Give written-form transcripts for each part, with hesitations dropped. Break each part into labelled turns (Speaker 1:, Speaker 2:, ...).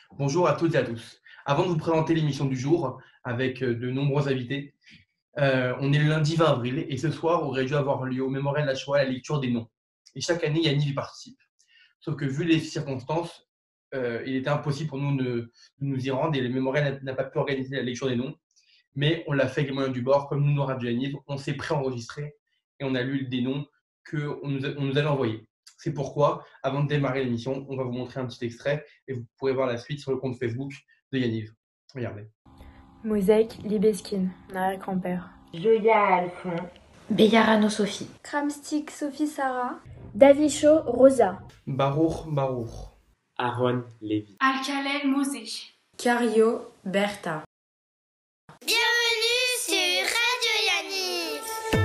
Speaker 1: Bonjour à toutes et à tous. Avant de vous présenter l'émission du jour avec de nombreux invités, on est le lundi 20 avril et ce soir aurait dû avoir lieu au Mémorial de la Shoah la lecture des noms. Et chaque année, Yannick y participe. Sauf que vu les circonstances, il était impossible pour nous de nous y rendre et le Mémorial n'a pas pu organiser la lecture des noms. Mais on l'a fait avec les moyens du bord, comme nous l'aura dit Yannick, on s'est préenregistré et on a lu des noms qu'on nous avait envoyés. C'est pourquoi, avant de démarrer l'émission, on va vous montrer un petit extrait et vous pourrez voir la suite sur le compte Facebook de Yanniv. Regardez.
Speaker 2: Mosaïque Libeskine, mon arrière-grand-père.
Speaker 3: Joya Alphon.
Speaker 4: Beyarano Sophie.
Speaker 5: Kramstik Sophie Sarah.
Speaker 2: Davicho Rosa.
Speaker 1: Barour.
Speaker 6: Aaron Lévy.
Speaker 7: Alcalel Mosé.
Speaker 4: Cario Bertha.
Speaker 8: Bienvenue sur Radio Yanniv.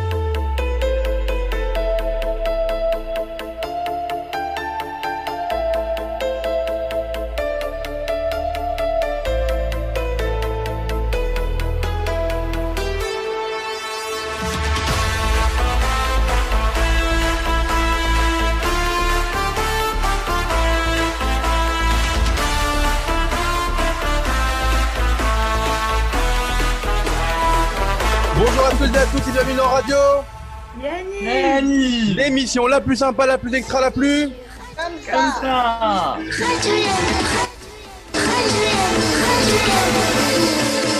Speaker 9: Bonjour à toutes et à tous et bienvenue dans Radio
Speaker 7: Yanniv.
Speaker 9: L'émission la plus sympa, la plus extra, la plus...
Speaker 7: Comme ça.
Speaker 8: Radio Yanniv. Radio Yanniv.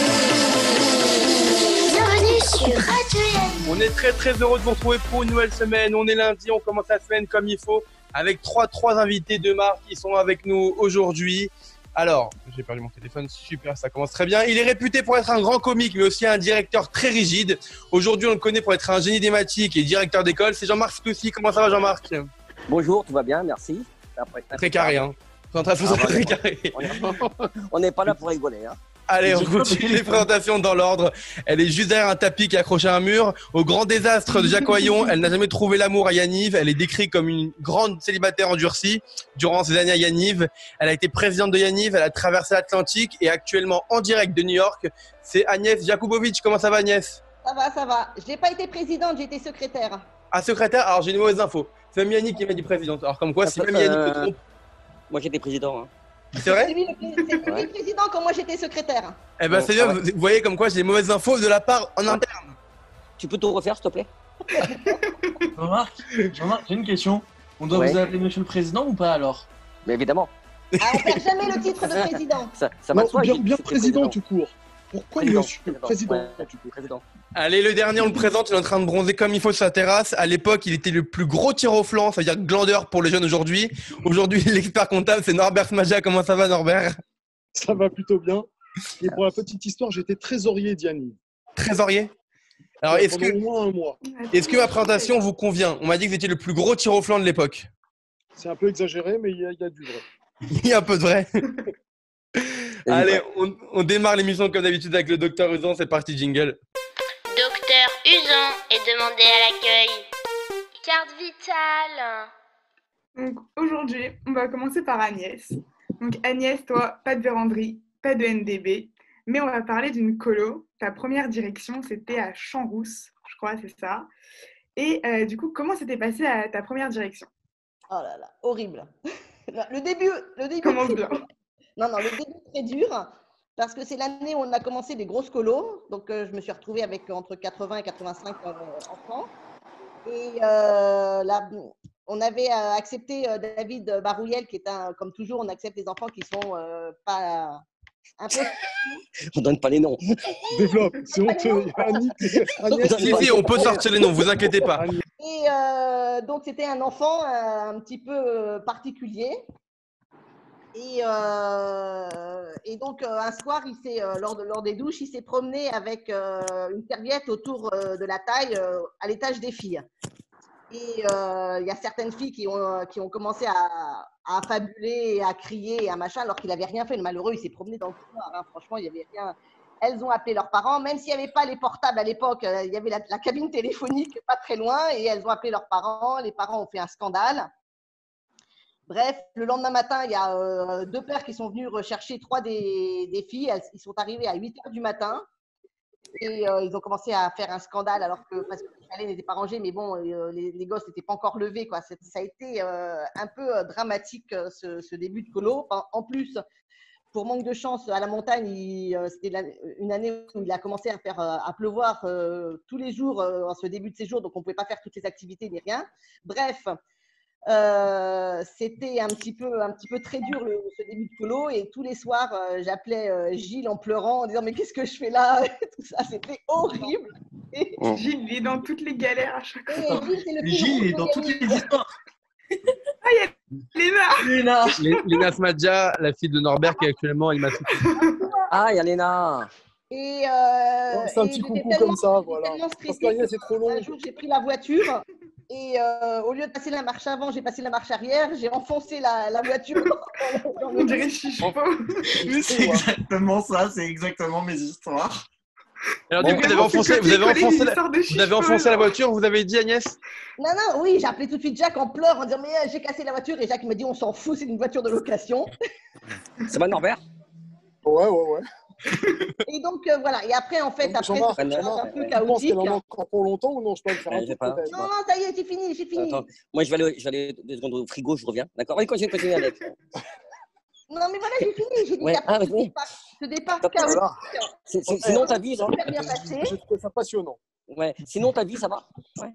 Speaker 8: Bienvenue sur Radio Yanniv.
Speaker 9: On est très heureux de vous retrouver pour une nouvelle semaine. On est lundi, on commence la semaine comme il faut avec trois invités de marque qui sont avec nous aujourd'hui. Alors, j'ai perdu mon téléphone, super, ça commence très bien. Il est réputé pour être un grand comique, mais aussi un directeur très rigide. Aujourd'hui, on le connaît pour être un génie des mathématiques et directeur d'école. C'est Jean-Marc Stoussi. Comment ça va, Jean-Marc?
Speaker 10: Bonjour, tout va bien, merci.
Speaker 9: Très carré, hein. Très carré.
Speaker 10: On n'est pas là pour rigoler, hein.
Speaker 9: Allez, on continue les présentations dans l'ordre. Elle est juste derrière un tapis qui est accroché à un mur. Au grand désastre de Jacques Oyon, elle n'a jamais trouvé l'amour à Yanniv. Elle est décrite comme une grande célibataire endurcie durant ses années à Yanniv. Elle a été présidente de Yanniv, elle a traversé l'Atlantique et actuellement en direct de New York, c'est Agnès Jakubovic. Comment ça va, Agnès?
Speaker 3: Ça va. Je n'ai pas été présidente, j'ai été secrétaire.
Speaker 9: Ah, secrétaire? Alors j'ai une mauvaise info. C'est même Yannick qui m'a dit présidente. Alors comme quoi, si même Yannick te trompe.
Speaker 10: Moi j'étais président, hein.
Speaker 9: C'est vrai?
Speaker 3: C'est lui le président quand moi j'étais secrétaire.
Speaker 9: Eh ben
Speaker 10: Bon,
Speaker 9: c'est bien,
Speaker 10: ouais.
Speaker 9: vous voyez comme quoi j'ai des mauvaises infos de la part en interne.
Speaker 10: Tu peux tout refaire, s'il te plaît?
Speaker 6: Jean-Marc, j'ai une question. On doit
Speaker 10: Ouais.
Speaker 6: vous appeler Monsieur le Président ou pas alors?
Speaker 10: Mais évidemment.
Speaker 3: Ah, on perd jamais le titre de président.
Speaker 10: Ça va de soi,
Speaker 11: bien
Speaker 10: j'étais
Speaker 11: président tout court. Pourquoi monsieur président
Speaker 10: Ouais,
Speaker 11: tout court
Speaker 10: président.
Speaker 9: Allez, le dernier, on le présente, il est en train de bronzer comme il faut sur la terrasse. À l'époque, il était le plus gros tir au flanc, c'est-à-dire glandeur pour les jeunes aujourd'hui. Aujourd'hui, l'expert comptable, c'est Norbert Smaja. Comment ça va, Norbert?
Speaker 11: Ça va plutôt bien. Et pour la petite histoire, j'étais trésorier d'Yanniv.
Speaker 9: Trésorier? Alors,
Speaker 11: Pendant au moins un mois.
Speaker 9: est-ce que ma présentation vous convient? On m'a dit que vous étiez le plus gros tir au flanc de l'époque.
Speaker 11: C'est un peu exagéré, mais il y a du vrai.
Speaker 9: Il y a un peu de vrai. Allez, on démarre l'émission comme d'habitude avec le docteur Usan. C'est parti, jingle.
Speaker 8: Docteur Usan est demandé à l'accueil.
Speaker 5: Carte vitale.
Speaker 7: Donc aujourd'hui, on va commencer par Agnès. Donc Agnès, toi, pas de véranderie, pas de NDB, mais on va parler d'une colo. Ta première direction, c'était à Champs-Rousse, je crois, c'est ça. Et du coup, comment s'était passé ta première direction?
Speaker 3: Oh là là, horrible. Le début
Speaker 7: Commence
Speaker 3: très
Speaker 7: bien.
Speaker 3: dur. Non, le début très dur, parce que c'est l'année où on a commencé des grosses colos. Donc, je me suis retrouvée avec entre 80 et 85 enfants. Et là, on avait accepté David Barouillel, qui est comme toujours, on accepte les enfants qui sont pas un peu...
Speaker 10: On donne pas les noms.
Speaker 11: Développe, c'est honteux. Agnès,
Speaker 9: Si, on peut sortir les noms, vous inquiétez pas.
Speaker 3: Et donc, c'était un enfant un petit peu particulier. Et donc, un soir, lors des douches, il s'est promené avec une serviette autour de la taille à l'étage des filles. Et il y a certaines filles qui ont commencé à fabuler, à crier, et à machin, alors qu'il n'avait rien fait. Le malheureux, il s'est promené dans le couloir. Hein. Franchement, il n'y avait rien. Elles ont appelé leurs parents, même s'il n'y avait pas les portables à l'époque, il y avait la cabine téléphonique pas très loin, et elles ont appelé leurs parents. Les parents ont fait un scandale. Bref, le lendemain matin, il y a deux pères qui sont venus rechercher trois des filles. Ils sont arrivés à 8h du matin et ils ont commencé à faire un scandale parce que le chalet n'était pas rangé, mais bon, les gosses n'étaient pas encore levés, quoi. Ça a été un peu dramatique ce début de colo. En plus, pour manque de chance, à la montagne, c'était une année où il a commencé à pleuvoir tous les jours en ce début de séjour, donc on ne pouvait pas faire toutes les activités ni rien. Bref, c'était un petit peu très dur ce début de colo, et tous les soirs, j'appelais Gilles en pleurant, en disant mais qu'est-ce que je fais là? Tout ça, c'était horrible. Et
Speaker 7: Gilles, il est dans toutes les galères à chaque fois.
Speaker 3: Gilles, c'est le plus
Speaker 6: Gilles
Speaker 3: gros
Speaker 6: est dans toutes les histoires.
Speaker 7: Ah, il y a Léna.
Speaker 9: Léna Smadja, la fille de Norbert qui est actuellement animatrice.
Speaker 10: Ah, il y a Léna.
Speaker 3: Et
Speaker 11: C'est un petit coucou comme ça, voilà. Parce qu'Agnès est trop long.
Speaker 3: Un jour, j'ai pris la voiture et au lieu de passer la marche avant, j'ai passé la marche arrière. J'ai enfoncé la voiture.
Speaker 7: On dirait Chichepo.
Speaker 12: Mais c'est exactement ça, c'est exactement mes histoires.
Speaker 9: Alors, du coup, vous avez enfoncé la voiture, vous avez dit, Agnès?
Speaker 3: Non, oui, j'ai appelé tout de suite Jacques en pleurs en disant mais j'ai cassé la voiture, et Jacques me dit on s'en fout, c'est une voiture de location.
Speaker 10: Ça va, Norbert?
Speaker 11: Ouais.
Speaker 3: Et donc voilà, et après en fait,
Speaker 11: Jean-Marc,
Speaker 3: c'est un peu
Speaker 11: tu penses
Speaker 3: chaotique.
Speaker 11: qu'elle en a encore pour longtemps ou non? Je peux le faire un peu peut-être.
Speaker 3: Non, ça y est, j'ai fini.
Speaker 10: Attends. Moi, je vais aller 2 secondes au frigo, je reviens. D'accord? Allez, continue, Alex.
Speaker 3: Non, mais voilà, j'ai fini. J'ai dit
Speaker 10: Ouais.
Speaker 3: qu'après ce départ chaotique.
Speaker 10: Sinon, ta vie, ça
Speaker 3: super bien passé.
Speaker 11: J'ai trouvé ça passionnant.
Speaker 10: Ouais. Sinon, ta vie, ça va? Ouais.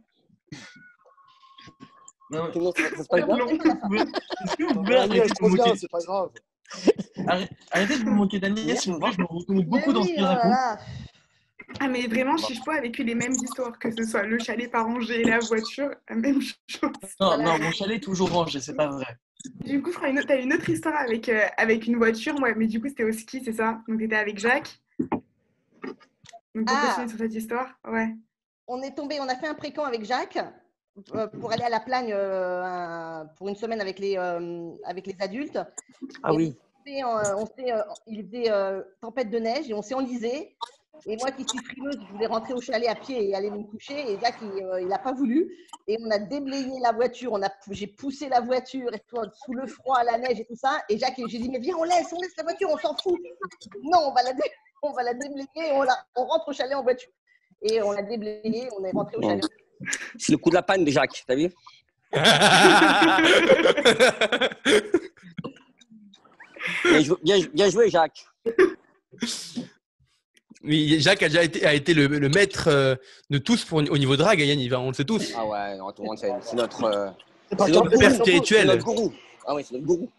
Speaker 6: Non,
Speaker 10: sinon, ça se passe bien?
Speaker 6: Est-ce que vous pouvez arrêter de vous moquer?
Speaker 11: C'est pas grave.
Speaker 6: Arrêtez de vous moquer d'Agnès, s'il vous plaît, je me retrouve beaucoup dans ce qu'il raconte.
Speaker 7: Ah, mais vraiment, Chichepo a vécu les mêmes histoires, que ce soit le chalet pas rangé et la voiture, la même chose.
Speaker 6: Non, mon chalet est toujours rangé, c'est pas vrai.
Speaker 7: Du coup, je crois que tu as une autre histoire avec une voiture, moi, mais du coup, c'était au ski, c'est ça? Donc, tu étais avec Jacques. Donc, on continue sur cette histoire. Ouais.
Speaker 3: On a fait un pré-camp avec Jacques pour aller à la Plagne pour une semaine avec les adultes.
Speaker 10: Ah oui.
Speaker 3: Il faisait tempête de neige et on s'est enlisé. Et moi qui suis frileuse, je voulais rentrer au chalet à pied et aller me coucher. Et Jacques, il n'a pas voulu. Et on a déblayé la voiture. J'ai poussé la voiture et tout, sous le froid, la neige et tout ça. Et Jacques, j'ai dit, mais viens, on laisse la voiture, on s'en fout. Non, on va la déblayer et on rentre au chalet en voiture. Et on l'a déblayé, on est rentré au chalet.
Speaker 10: C'est le coup de la panne de Jacques, t'as vu? Bien joué, Jacques.
Speaker 9: Oui, Jacques a été le maître de tous au niveau drague, Yann, on le sait tous.
Speaker 10: Ah ouais, non, tout le monde sait. C'est notre
Speaker 9: père spirituel.
Speaker 10: C'est notre gourou. Ah oui, c'est notre gourou.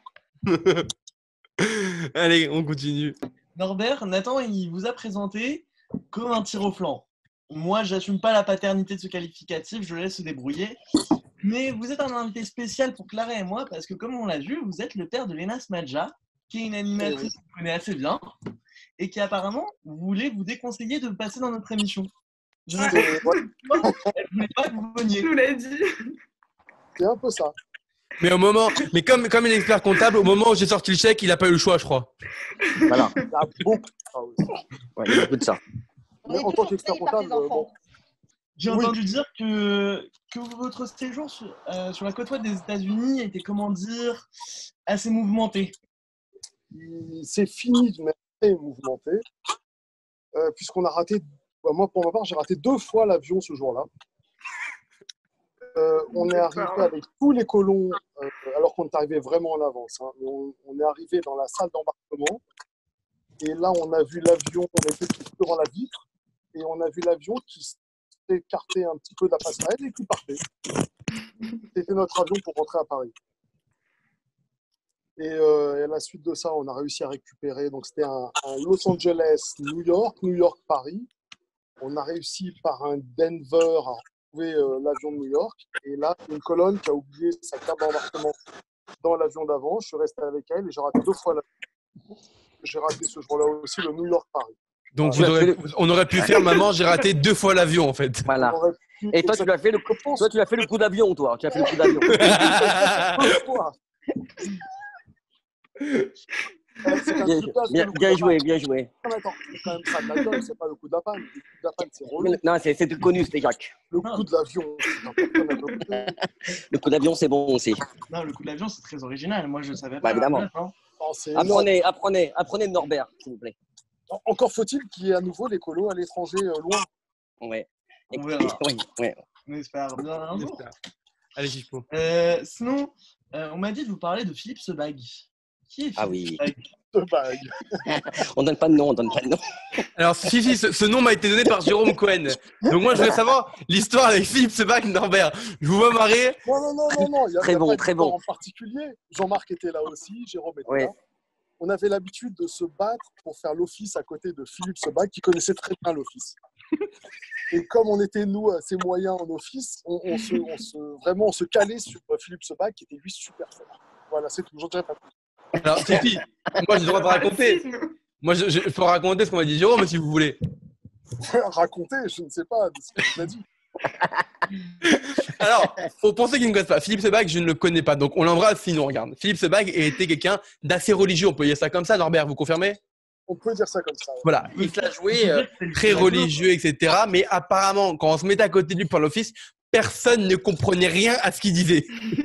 Speaker 9: Allez, on continue.
Speaker 6: Norbert, Nathan, il vous a présenté comme un tir au flanc. Moi, j'assume pas la paternité de ce qualificatif, je le laisse se débrouiller. Mais vous êtes un invité spécial pour Clara et moi, parce que comme on l'a vu, vous êtes le père de Léna Smadja, qui est une animatrice qu'on connaît assez bien, et qui apparemment voulait vous déconseiller de passer dans notre émission. Je ne sais pas, elle voulait pas que vous veniez.
Speaker 7: Je nous l'ai dit.
Speaker 11: C'est un peu ça.
Speaker 9: Mais comme il est expert comptable, au moment où j'ai sorti le chèque, il n'a pas eu le choix, je crois.
Speaker 10: Voilà.
Speaker 11: Il y a beaucoup de ça aussi.
Speaker 10: Ouais, il y a beaucoup de ça.
Speaker 11: Mais en tant qu'expert comptable, bon.
Speaker 6: J'ai entendu dire que votre séjour sur la côte ouest des États-Unis était, comment dire, assez mouvementé.
Speaker 11: C'est fini de m'être très mouvementé, puisqu'on a raté, moi pour ma part, j'ai raté 2 fois l'avion ce jour-là. On est arrivé avec tous les colons, alors qu'on est arrivé vraiment en avance. Hein, mais on est arrivé dans la salle d'embarquement, et là on a vu l'avion, on était tous devant la vitre, et on a vu l'avion qui s'écartait un petit peu de la passerelle et qui partait. C'était notre avion pour rentrer à Paris. Et à la suite de ça, on a réussi à récupérer. Donc, c'était un Los Angeles, New York, New York, Paris. On a réussi par un Denver à retrouver l'avion de New York. Et là, une colonne qui a oublié sa carte d'embarquement dans l'avion d'avant. Je suis resté avec elle et j'ai raté 2 fois l'avion. J'ai raté ce jour-là aussi le New York-Paris.
Speaker 9: Donc, on aurait pu faire maman, j'ai raté 2 fois l'avion en fait.
Speaker 10: Voilà. Et toi, tu as fait le coup d'avion, toi. Tu as fait le coup d'avion. Bien joué.
Speaker 11: Non, attends, c'est quand même ça de la gueule, c'est pas le coup de la panne. Le coup de la panne, c'est relou.
Speaker 10: Non, c'est connu, c'était Jacques.
Speaker 11: Le coup de l'avion,
Speaker 10: le coup d'avion, c'est bon aussi.
Speaker 6: Non, le coup de l'avion, c'est très original. Moi, je ne savais pas.
Speaker 10: Bah, évidemment. Apprenez de Norbert, s'il vous plaît.
Speaker 11: Encore faut-il qu'il y ait à nouveau des colos à l'étranger loin.
Speaker 10: Ouais.
Speaker 6: On verra.
Speaker 10: Ouais.
Speaker 6: On espère bien un jour.
Speaker 9: Allez, Chichepo.
Speaker 6: Sinon, on m'a dit de vous parler de Philippe Sebag. Qui est Philippe Sebag?
Speaker 11: Sebag.
Speaker 10: On donne pas de nom, on donne pas de nom.
Speaker 9: Alors, si, ce nom m'a été donné par Jérôme Cohen. Donc, moi, je voulais savoir l'histoire avec Philippe Sebag Norbert. Je vous vois marrer.
Speaker 11: Non. Il y a
Speaker 10: Très
Speaker 11: pas
Speaker 10: bon,
Speaker 11: de
Speaker 10: très
Speaker 11: histoire
Speaker 10: bon.
Speaker 11: en particulier. Jean-Marc était là aussi, Jérôme était
Speaker 10: Oui.
Speaker 11: là. On avait l'habitude de se battre pour faire l'office à côté de Philippe Sebag, qui connaissait très bien l'office. Et comme on était, nous, assez moyens en office, on se calait sur Philippe Sebag, qui était lui super fort. Voilà, c'est tout. J'en dirai pas plus.
Speaker 9: Alors, Sophie, moi, j'ai le droit de raconter. Moi, je peux raconter ce qu'on m'a dit Jérôme, si vous voulez.
Speaker 11: Raconter, je ne sais pas de ce qu'il a dit.
Speaker 9: Alors, pour ceux qui ne connaissent pas, Philippe Sebag, je ne le connais pas. Donc, on l'embrasse s'il nous regarde. Philippe Sebag était quelqu'un d'assez religieux. On peut dire ça comme ça, Norbert, vous confirmez?
Speaker 11: On peut dire ça comme ça. Ouais.
Speaker 9: Voilà, il se l'a joué très religieux, etc. Mais apparemment, quand on se mettait à côté de lui pour l'office, personne ne comprenait rien à ce qu'il disait.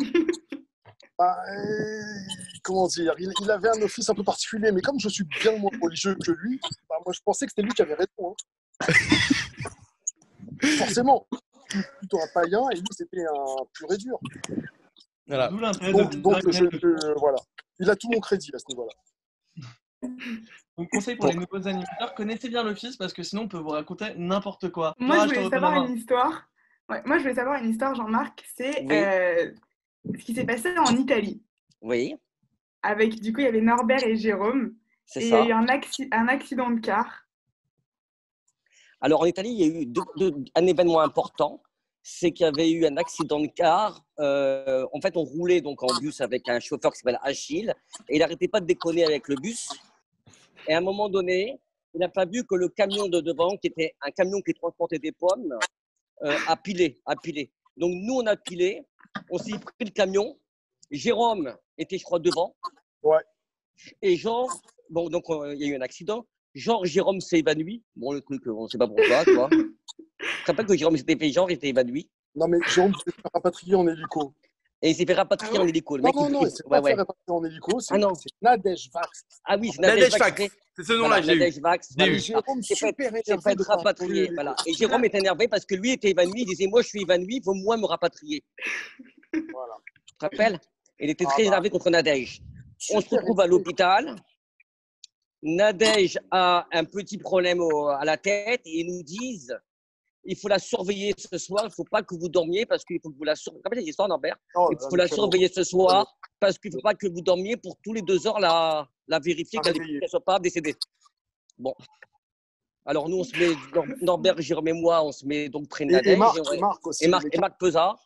Speaker 11: Comment dire, il avait un office un peu particulier, mais comme je suis bien moins religieux que lui, moi je pensais que c'était lui qui avait raison. Hein. Forcément, plutôt un païen et lui c'était un pur et dur.
Speaker 9: Voilà.
Speaker 11: Donc voilà, il a tout mon crédit à ce niveau-là.
Speaker 6: Donc, conseil pour les nouveaux animateurs, connaissez bien l'office parce que sinon on peut vous raconter n'importe quoi.
Speaker 7: Moi, je voulais savoir une histoire. Ouais, moi, je voulais savoir une histoire, Jean-Marc. C'est ce qui s'est passé en Italie.
Speaker 10: Oui.
Speaker 7: Avec, du coup, il y avait Norbert et Jérôme.
Speaker 10: C'est
Speaker 7: et
Speaker 10: ça.
Speaker 7: il y a eu un accident de car.
Speaker 10: Alors, en Italie, il y a eu un événement important. C'est qu'il y avait eu un accident de car. En fait, on roulait donc en bus avec un chauffeur qui s'appelle Achille. Et il n'arrêtait pas de déconner avec le bus. Et à un moment donné, il n'a pas vu que le camion de devant, qui était un camion qui transportait des pommes, a pilé. Donc, nous, on a pilé. On s'est pris le camion. Jérôme était, je crois, devant.
Speaker 11: Ouais.
Speaker 10: Et Jean, bon, donc il y a eu un accident. Jérôme s'est évanoui. Bon, le truc, on ne sait pas pourquoi, tu vois. Je te rappelle que Jérôme s'était fait il était évanoui.
Speaker 11: Non, mais Jérôme s'est fait rapatrier en hélico.
Speaker 10: Et il s'est fait rapatrier en hélico. Le mec,
Speaker 11: non, il s'est pas fait rapatrier en hélico. C'est Nadège Vax.
Speaker 10: Ah oui, c'est
Speaker 9: Nadège Vax. C'est ce nom-là, j'ai eu.
Speaker 10: Nadège Vax.
Speaker 11: Jérôme
Speaker 10: s'est fait
Speaker 11: énervé de
Speaker 10: rapatrier. Voilà. Et Jérôme est énervé parce que lui était évanoui. Il disait, moi, je suis évanoui, il faut moi me rapatrier.
Speaker 11: Voilà.
Speaker 10: Tu te rappelles? Il était très énervé contre Nadège. On se retrouve à l'hôpital. Nadège a un petit problème à la tête et ils nous disent il faut la surveiller ce soir, il ne faut pas que vous dormiez parce qu'il faut que vous la surveillez. Rappelez l'histoire, Norbert? Il faut la surveiller ce soir parce qu'il ne faut pas que vous dormiez pour tous les 2 heures la vérifier qu'elle ne soit pas décédée. Bon. Alors nous, on se met, Norbert, Jérôme et moi, on se met donc près de Nadège. Et Marc Pesard.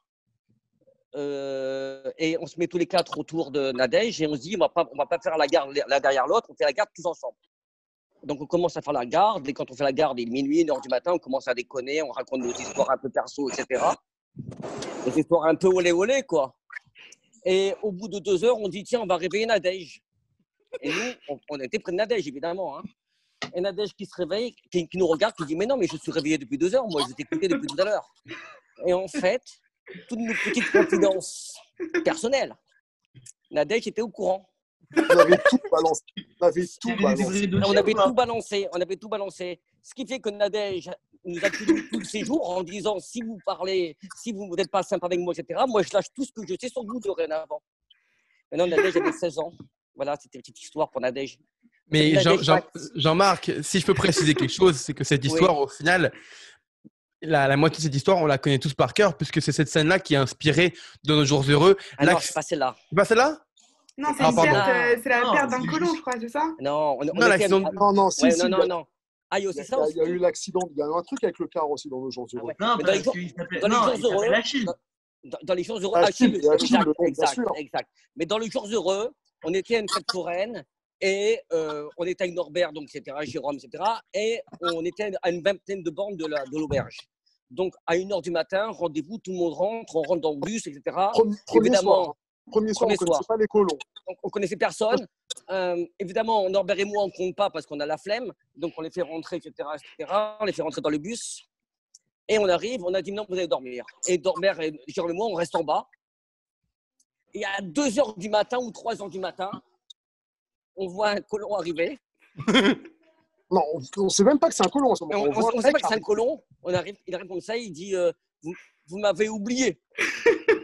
Speaker 10: Et on se met tous les 4 autour de Nadège et on se dit on va pas faire la garde l'un derrière l'autre, on fait la garde tous ensemble. Donc on commence à faire la garde et quand on fait la garde, il est minuit, 1h du matin, on commence à déconner, on raconte nos histoires un peu perso, etc. Des histoires un peu olé quoi. Et au bout de 2 heures, on dit tiens, on va réveiller Nadège. Et nous, on était près de Nadège évidemment. Hein. Et Nadège qui se réveille, qui nous regarde, qui dit mais non, mais je suis réveillé depuis 2 heures, moi je t'écoutais depuis tout à l'heure. Et en fait, toutes nos petites confidences personnelles. Nadège était au courant.
Speaker 11: On avait tout balancé.
Speaker 10: On avait tout balancé. Ce qui fait que Nadège nous a tenu tous ces jours en disant si vous parlez, si vous n'êtes pas sympa avec moi, etc., moi je lâche tout ce que je sais sur vous dorénavant. Maintenant, Nadège avait 16 ans. Voilà, c'était une petite histoire pour Nadège.
Speaker 9: Mais Jean-Marc, si je peux préciser quelque chose, c'est que cette histoire, au final, la moitié de cette histoire, on la connaît tous par cœur, puisque c'est cette scène-là qui a inspiré de Nos Jours Heureux.
Speaker 10: Ah non, c'est pas celle-là.
Speaker 9: C'est pas celle-là?
Speaker 7: Non, c'est la perte d'un colon, je crois, c'est ça?
Speaker 10: Non,
Speaker 11: non.
Speaker 10: Ah, il y a aussi ça.
Speaker 11: Il y a eu l'accident. Il y a eu un truc avec le car aussi dans Nos Jours Heureux.
Speaker 10: Non, parce qu'il s'appelle Achille. Dans les jours heureux, Achille, exact. Mais dans les jours heureux, on était à une fête foraine et on était avec Norbert, donc, etc., Jérôme, etc. Et on était à une vingtaine de bornes de l'auberge. Donc, à 1h du matin, rendez-vous, tout le monde rentre, on rentre dans le bus, etc. Évidemment,
Speaker 11: Premier soir, on ne connaissait pas les colons.
Speaker 10: On ne connaissait personne. Évidemment, Norbert et moi, on ne compte pas parce qu'on a la flemme. Donc, on les fait rentrer, etc. On les fait rentrer dans le bus. Et on arrive, on a dit non, vous allez dormir. Et Norbert et Jérôme et moi, on reste en bas. Et à 2h du matin ou 3h du matin, on voit un colon arriver.
Speaker 11: Non, on ne sait même pas que c'est un colon en ce moment.
Speaker 10: On ne sait pas que c'est un colon. Il arrive comme ça, il dit vous m'avez oublié.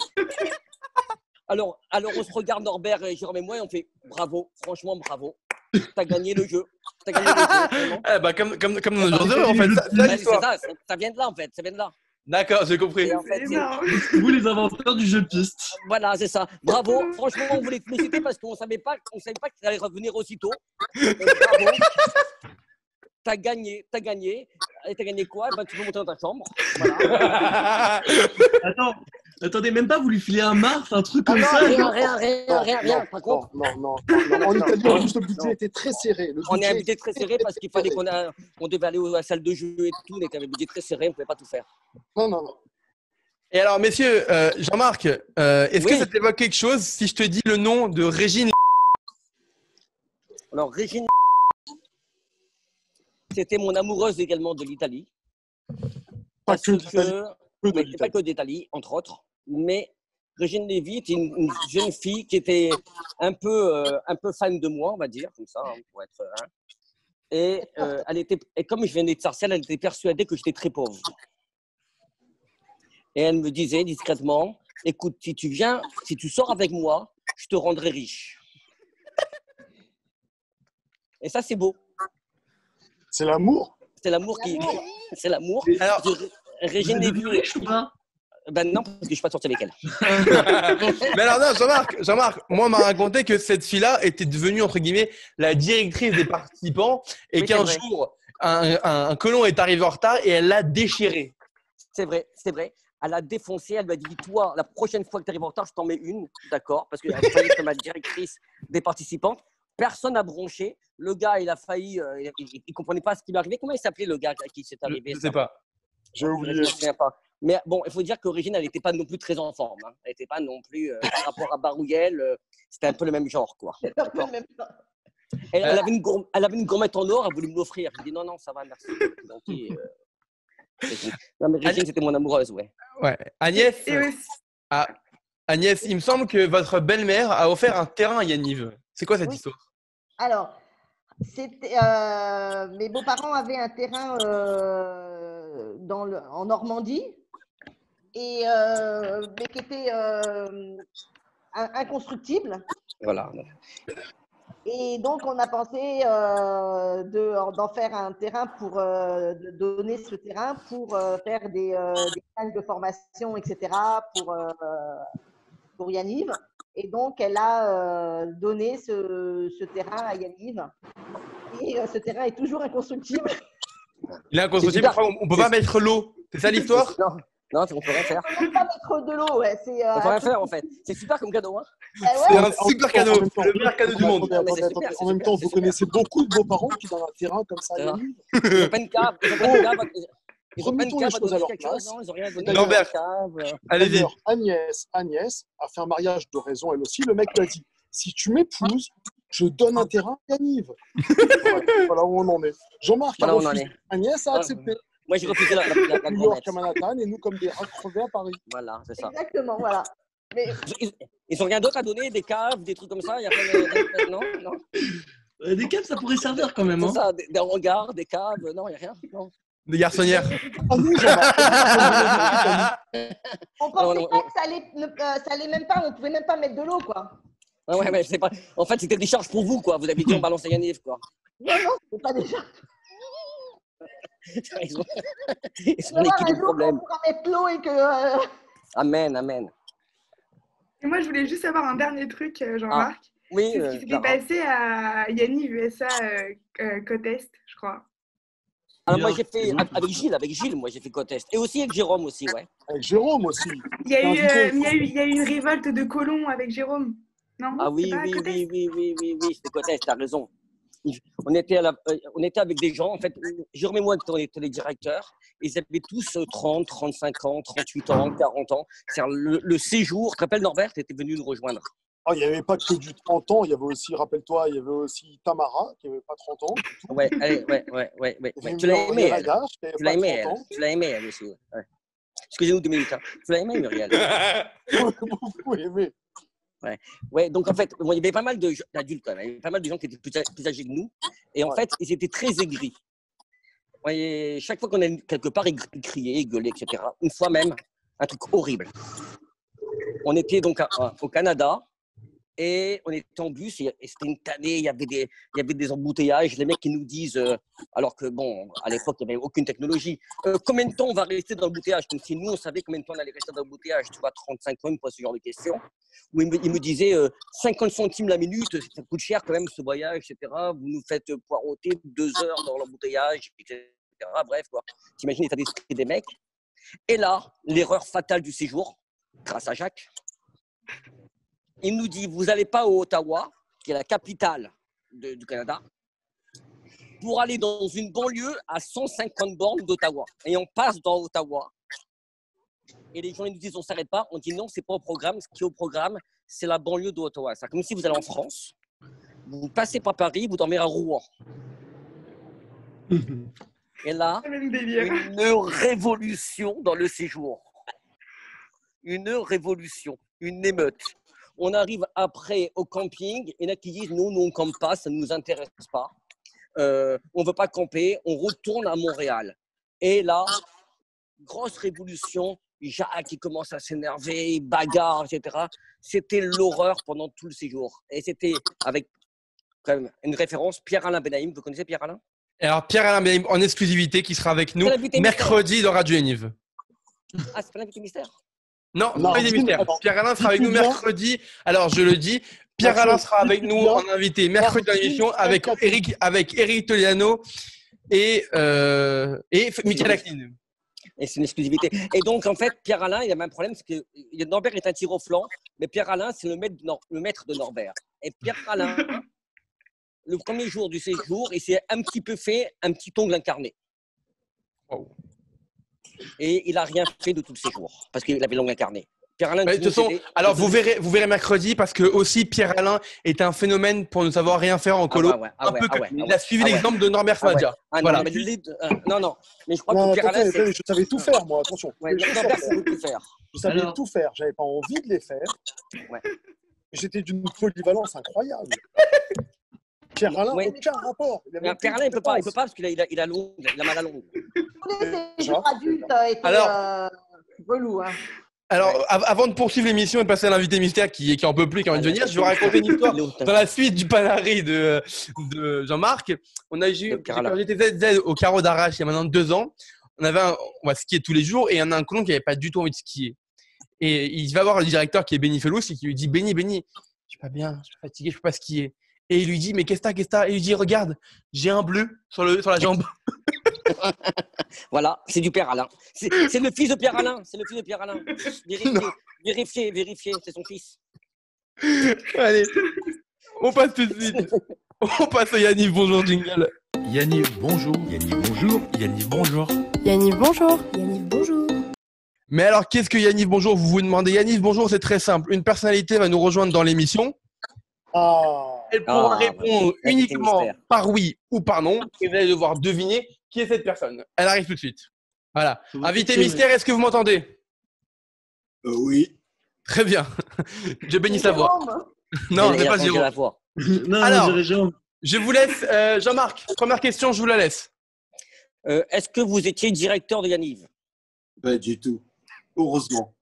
Speaker 10: Alors, on se regarde, Norbert et Jérôme et moi, et on fait bravo, franchement bravo. t'as gagné le jeu. T'as gagné le jeu, vraiment.
Speaker 9: Eh bah, comme dans nos jours heureux, en fait. C'est ça l'histoire.
Speaker 10: Ça vient de là, en fait. Ça vient de là.
Speaker 9: D'accord, j'ai compris.
Speaker 10: Et en fait,
Speaker 6: Vous, les inventeurs du jeu de piste.
Speaker 10: voilà, c'est ça. Bravo. Franchement, on voulait te féliciter parce qu'on ne savait pas que tu allais revenir aussitôt. Donc, bravo. T'as gagné. Et t'as gagné quoi? Ben, tu peux monter dans ta chambre. Voilà.
Speaker 6: Attendez, même pas vous lui filez un marf, un truc comme ça?
Speaker 10: Rien. Par contre,
Speaker 11: non. En Italie, en plus, le budget était très serré.
Speaker 10: On est un budget très serré parce qu'il fallait qu'on devait aller à la salle de jeu et tout. On était avec un budget très serré, on ne pouvait pas tout faire.
Speaker 11: Non.
Speaker 9: Et alors, messieurs, Jean-Marc, est-ce que ça t'évoque quelque chose si je te dis le nom de Régine?
Speaker 10: Alors, Régine, c'était mon amoureuse également de l'Italie.
Speaker 11: Pas que
Speaker 10: d'Italie, entre autres. Mais Régine Lévy était une jeune fille qui était un peu fan de moi, on va dire, comme ça, hein, pour être. Hein. Et comme je venais de Sarcelles, elle était persuadée que j'étais très pauvre. Et elle me disait discrètement, écoute, si tu sors avec moi, je te rendrai riche. Et ça, c'est beau.
Speaker 11: C'est l'amour.
Speaker 10: C'est l'amour qui. C'est l'amour.
Speaker 9: Alors,
Speaker 10: Régine Lévy.
Speaker 6: Riche ou pas?
Speaker 10: Ben non, parce que je ne suis pas sorti avec elle.
Speaker 9: Mais alors non, Jean-Marc, moi on m'a raconté que cette fille-là était devenue entre guillemets la directrice des participants et
Speaker 10: Oui,
Speaker 9: qu'un jour un colon est arrivé en retard et elle l'a déchiré.
Speaker 10: C'est vrai. Elle a défoncé, elle lui a dit toi, la prochaine fois que tu arrives en retard, je t'en mets une, d'accord? Parce qu'elle failli être ma directrice des participantes. Personne n'a bronché. Le gars, il a failli, il ne comprenait pas ce qui lui arrivait. Comment il s'appelait le gars à qui c'est arrivé?
Speaker 9: Je ne sais pas.
Speaker 11: J'ai oublié.
Speaker 10: Je ne me souviens pas. Mais bon, il faut dire qu'Origine, elle n'était pas non plus très en forme. Hein. Elle n'était pas non plus, par rapport à Barouillel, c'était un peu le même genre, quoi. Elle avait une gourmette en or, elle voulait me l'offrir. Je lui ai dit non, ça va, merci. Donc, non, mais Régine, c'était mon amoureuse, ouais.
Speaker 9: Ouais. Agnès, il me semble que votre belle-mère a offert un terrain à Yanniv. C'est quoi cette histoire?
Speaker 3: Alors, mes beaux-parents avaient un terrain en Normandie, mais qui était inconstructible.
Speaker 10: Voilà.
Speaker 3: Et donc, on a pensé d'en faire un terrain de donner ce terrain pour faire des stages de formation, etc. pour Yanniv. Et donc, elle a donné ce terrain à Yanniv. Et ce terrain est toujours inconstructible.
Speaker 9: Il est inconstructible, on ne peut pas mettre l'eau. C'est ça l'histoire?
Speaker 10: Non, on peut rien faire.
Speaker 3: On ne peut pas mettre de l'eau. Ouais.
Speaker 10: On peut rien faire, en fait. C'est super comme cadeau. Hein.
Speaker 9: C'est un super cadeau. C'est le meilleur cadeau du monde.
Speaker 11: En même temps, vous connaissez beaucoup de beaux-parents qui ont un terrain comme ça à Yanniv.
Speaker 10: Ils n'ont pas une cave. Ils n'ont pas une cave à donner quelque chose. Non, ils n'ont rien donné.
Speaker 9: Lambert, allez-y.
Speaker 11: Agnès a fait un mariage de raison, elle aussi. Le mec lui a dit, si tu m'épouses, je donne un terrain à Yanniv. Voilà où on en est. Jean-Marc a refusé. Agnès a accepté.
Speaker 10: Moi, j'ai refusé la
Speaker 11: New York à Manhattan et nous comme des raccrevés à Paris.
Speaker 10: Voilà, c'est ça.
Speaker 3: Exactement, voilà. Mais...
Speaker 10: Ils n'ont rien d'autre à donner, des caves, des trucs comme ça. Il y a pas non.
Speaker 6: Des caves, ça pourrait servir quand même.
Speaker 10: C'est ça, des hangars, des caves. Non, il n'y a rien. Non.
Speaker 9: Des garçonnières.
Speaker 3: On pensait pas que ça allait même pas, on pouvait même pas mettre de l'eau, quoi.
Speaker 10: Ouais, mais c'est pas. En fait, c'était des charges pour vous, quoi. Vous avez dit on balance à Yanniv, quoi.
Speaker 3: Non, c'est pas des charges.
Speaker 10: Ils ont l'équipe du problème.
Speaker 3: On pourra mettre l'eau et que.
Speaker 10: Amen.
Speaker 7: Et moi, je voulais juste savoir un dernier truc, Jean-Marc.
Speaker 10: Oui.
Speaker 7: C'est ce qui s'était passé à Yanniv USA Côte Est, je crois.
Speaker 10: Alors moi j'ai fait avec Gilles, moi j'ai fait côte Est. Et aussi avec Jérôme aussi, ouais.
Speaker 11: Avec Jérôme aussi.
Speaker 7: Il y a eu une révolte de colons avec Jérôme, non?
Speaker 10: Ah oui, c'était côte Est, t'as raison. On était avec des gens, en fait, Jérôme et moi on était les directeurs, ils avaient tous 30, 35 ans, 38 ans, 40 ans. C'est-à-dire le séjour, tu te rappelles Norbert, tu étais venu nous rejoindre.
Speaker 11: Ah, il n'y avait pas que du 30 ans, il y avait aussi, rappelle-toi, il y avait aussi Tamara, qui n'avait pas 30 ans.
Speaker 10: Ouais. Tu l'as aimé, elle. Tu l'as aimé, elle aussi. Ouais. Excusez-nous 2 minutes. Hein. Tu l'as aimé, Muriel.
Speaker 11: Beaucoup aimé.
Speaker 10: Ouais, donc en fait, il y avait pas mal d'adultes quand même. Il y avait pas mal de gens qui étaient plus âgés que nous. Et en fait, ils étaient très aigris. Ouais, chaque fois qu'on allait quelque part, ils criaient, ils gueulaient, etc. Une fois même, un truc horrible. On était donc au Canada. Et on était en bus et c'était une tannée, il y avait des embouteillages. Les mecs qui nous disent, alors que bon, à l'époque, il n'y avait aucune technologie, combien de temps on va rester dans l'embouteillage? Comme si nous, on savait combien de temps on allait rester dans l'embouteillage. Tu vois, 35 ans, pas ce genre de questions. Où il me disait 50 centimes la minute, ça coûte cher quand même ce voyage, etc. Vous nous faites poireauter 2 heures dans l'embouteillage, etc. Bref, quoi. T'imagines l'état d'esprit des mecs. Et là, l'erreur fatale du séjour, grâce à Jacques. Il nous dit, vous n'allez pas à Ottawa, qui est la capitale du Canada, pour aller dans une banlieue à 150 bornes d'Ottawa. Et on passe dans Ottawa. Et les gens ils nous disent, on ne s'arrête pas. On dit non, ce n'est pas au programme. Ce qui est au programme, c'est la banlieue d'Ottawa. C'est comme si vous allez en France, vous passez par Paris, vous dormez à Rouen. Et là, une révolution dans le séjour. Une révolution, une émeute. On arrive après au camping, et il y en a qui disent non, nous on ne campe pas, ça ne nous intéresse pas. On ne veut pas camper, on retourne à Montréal. Et là, grosse révolution, Jacques qui commence à s'énerver, bagarre, etc. C'était l'horreur pendant tout le séjour. Et c'était avec quand même une référence, Pierre-Alain Benaïm. Vous connaissez Pierre-Alain?
Speaker 9: Alors, Pierre-Alain Benaïm en exclusivité qui sera avec nous mercredi dans Radio Yaniv.
Speaker 10: Ah, c'est pas l'invité mystère?
Speaker 9: Non, pas des mystères. Pierre-Alain sera avec nous mercredi. Alors, je le dis, Pierre-Alain sera avec nous en invité mercredi dans l'émission avec Eric Toliano et Michael Acklin.
Speaker 10: Et c'est une exclusivité. Et donc, en fait, Pierre-Alain, il a le même problème, c'est que Norbert est un tir au flanc, mais Pierre-Alain, c'est le maître de Norbert. Et Pierre-Alain, le premier jour du séjour, il s'est un petit peu fait un petit ongle incarné.
Speaker 9: Wow.
Speaker 10: Et il n'a rien fait de tout le séjour, parce qu'il avait l'ongle incarné. Pierre-Alain,
Speaker 9: de toute façon, alors vous verrez mercredi, parce que aussi Pierre-Alain est un phénomène pour ne savoir rien faire en colo. Il a suivi l'exemple de Norbert Smadja.
Speaker 10: Voilà. Non, mais je crois que Pierre-Alain,
Speaker 11: je savais tout faire, moi, attention.
Speaker 10: Norbert savait tout faire.
Speaker 11: Je savais tout faire, j'avais pas envie de les faire. J'étais d'une polyvalence incroyable. Pierre-Alain, aucun rapport.
Speaker 10: Pierre-Alain, il peut pas parce qu'il a mal à l'ongle.
Speaker 3: Les séjours adultes étaient relous.
Speaker 9: Alors, avant de poursuivre l'émission et passer à l'invité mystère qui en peut plus, qui a envie de venir, je vais vous raconter une histoire dans la suite du Panari de Jean-Marc. J'étais ZZ au carreau d'Arrache il y a maintenant 2 ans. On va skier tous les jours et il y en a un colon qui n'avait pas du tout envie de skier. Et il va voir le directeur qui est Benny Felous et qui lui dit Benny, je suis pas bien, je suis fatigué, je peux pas skier. Et il lui dit, mais qu'est-ce que t'as? Et il lui dit, regarde, j'ai un bleu sur la jambe.
Speaker 10: Voilà, c'est du Pierre-Alain. C'est le fils de Pierre-Alain. Vérifiez, c'est son fils.
Speaker 9: Allez, on passe tout de suite. On passe à Yaniv. Bonjour, jingle.
Speaker 13: Yaniv, bonjour. Yaniv, bonjour. Yaniv, bonjour.
Speaker 2: Yaniv, bonjour. Yaniv, bonjour.
Speaker 9: Mais alors, qu'est-ce que Yaniv, bonjour? Vous vous demandez. Yaniv, bonjour, c'est très simple. Une personnalité va nous rejoindre dans l'émission. Elle pourra répondre uniquement par oui ou par non. Et vous allez devoir deviner qui est cette personne. Elle arrive tout de suite. Voilà. Invité mystère, est-ce que vous m'entendez?
Speaker 14: Oui.
Speaker 9: Très bien. Je bénis sa voix. Non, c'est pas Jérôme. Alors, je vous laisse. Jean-Marc, première question, je vous la laisse.
Speaker 10: Est-ce que vous étiez directeur de Yaniv?
Speaker 14: Pas du tout. Heureusement.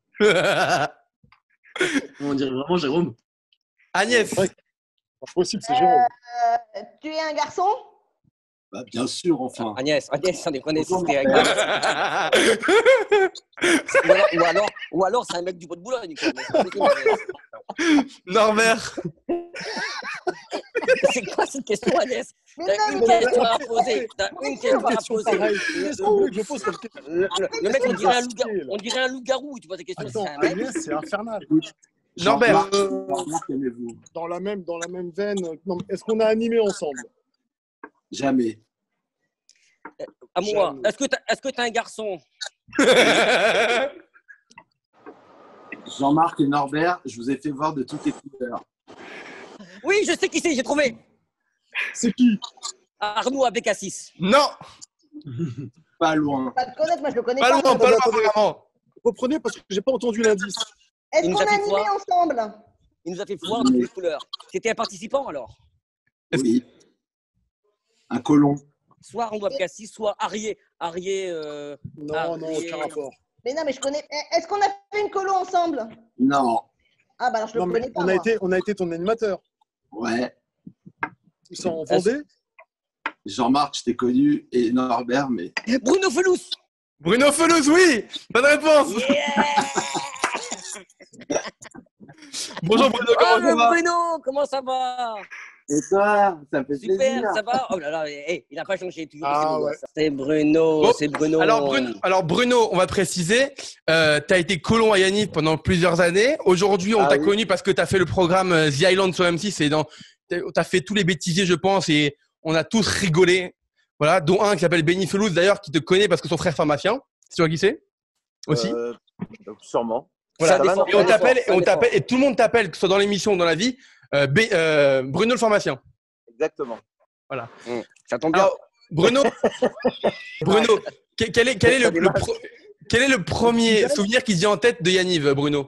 Speaker 12: On dirait vraiment Jérôme.
Speaker 9: Agnès.
Speaker 11: C'est possible, c'est Jérôme.
Speaker 3: Tu es un garçon?
Speaker 14: Bah, bien sûr, enfin.
Speaker 10: Agnès, on est connaissant. Ou alors, c'est un mec du Bois de Boulogne.
Speaker 9: Norbert.
Speaker 10: C'est quoi cette question, Agnès? T'as une question à poser. Le mec, on dirait un loup-garou. Tu vois cette question?
Speaker 11: Agnès, c'est infernal.
Speaker 9: Norbert.
Speaker 11: Dans la même veine. Est-ce qu'on a animé ensemble?
Speaker 14: Jamais.
Speaker 10: À moi, est-ce que tu as un garçon?
Speaker 14: Jean-Marc et Norbert, je vous ai fait voir de toutes les couleurs.
Speaker 10: Oui, je sais qui c'est, j'ai trouvé.
Speaker 11: C'est qui?
Speaker 10: Arnaud Abécassis.
Speaker 9: Non.
Speaker 14: Pas loin.
Speaker 3: Pas le connaître, moi je le connais
Speaker 9: pas. Pas loin, vraiment.
Speaker 11: Reprenez parce que j'ai pas entendu l'indice.
Speaker 3: Est-ce qu'on a animé ensemble?
Speaker 10: Il nous a fait voir de toutes les couleurs. C'était un participant alors?
Speaker 14: Oui. Un colon.
Speaker 10: Soit Arnaud Abécassis, soit Arié.
Speaker 11: Non, aucun rapport.
Speaker 3: Mais non, mais je connais. Est-ce qu'on a fait une colo ensemble?
Speaker 14: Non.
Speaker 3: Ah, bah alors je le
Speaker 11: Non, mais
Speaker 3: connais pas.
Speaker 11: on a été ton animateur.
Speaker 14: Ouais.
Speaker 11: Ils sont en Vendée.
Speaker 14: Jean-Marc, je t'ai connu, et Norbert, mais.
Speaker 10: Bruno Felous.
Speaker 9: Bruno Felous, oui. Bonne réponse. Bonjour Bruno, comment ça va?
Speaker 10: Bruno, comment ça va?
Speaker 14: Et toi, ça me fait
Speaker 10: Super,
Speaker 14: plaisir.
Speaker 10: ça va? Oh là là, il n'a pas changé, toujours aussi beau
Speaker 11: ouais.
Speaker 10: gosse. C'est Bruno,
Speaker 9: Bon,
Speaker 10: c'est Bruno.
Speaker 9: Alors Bruno, on va te préciser, tu as été colon à Yaniv pendant plusieurs années. Aujourd'hui, on t'a connu parce que tu as fait le programme The Island sur M6 et tu as fait tous les bêtisiers, je pense, et on a tous rigolé. Voilà, dont un qui s'appelle Benny Felous d'ailleurs, qui te connaît parce que son frère pharmacien. Tu vois qui c'est? Aussi.
Speaker 14: Sûrement.
Speaker 9: Voilà. Et on t'appelle, et tout le monde t'appelle, que ce soit dans l'émission ou dans la vie, Bruno le pharmacien.
Speaker 14: Exactement.
Speaker 9: Voilà.
Speaker 10: Ça tombe bien.
Speaker 9: Alors, Bruno, quel est le premier souvenir qui te vient en tête de Yaniv, Bruno?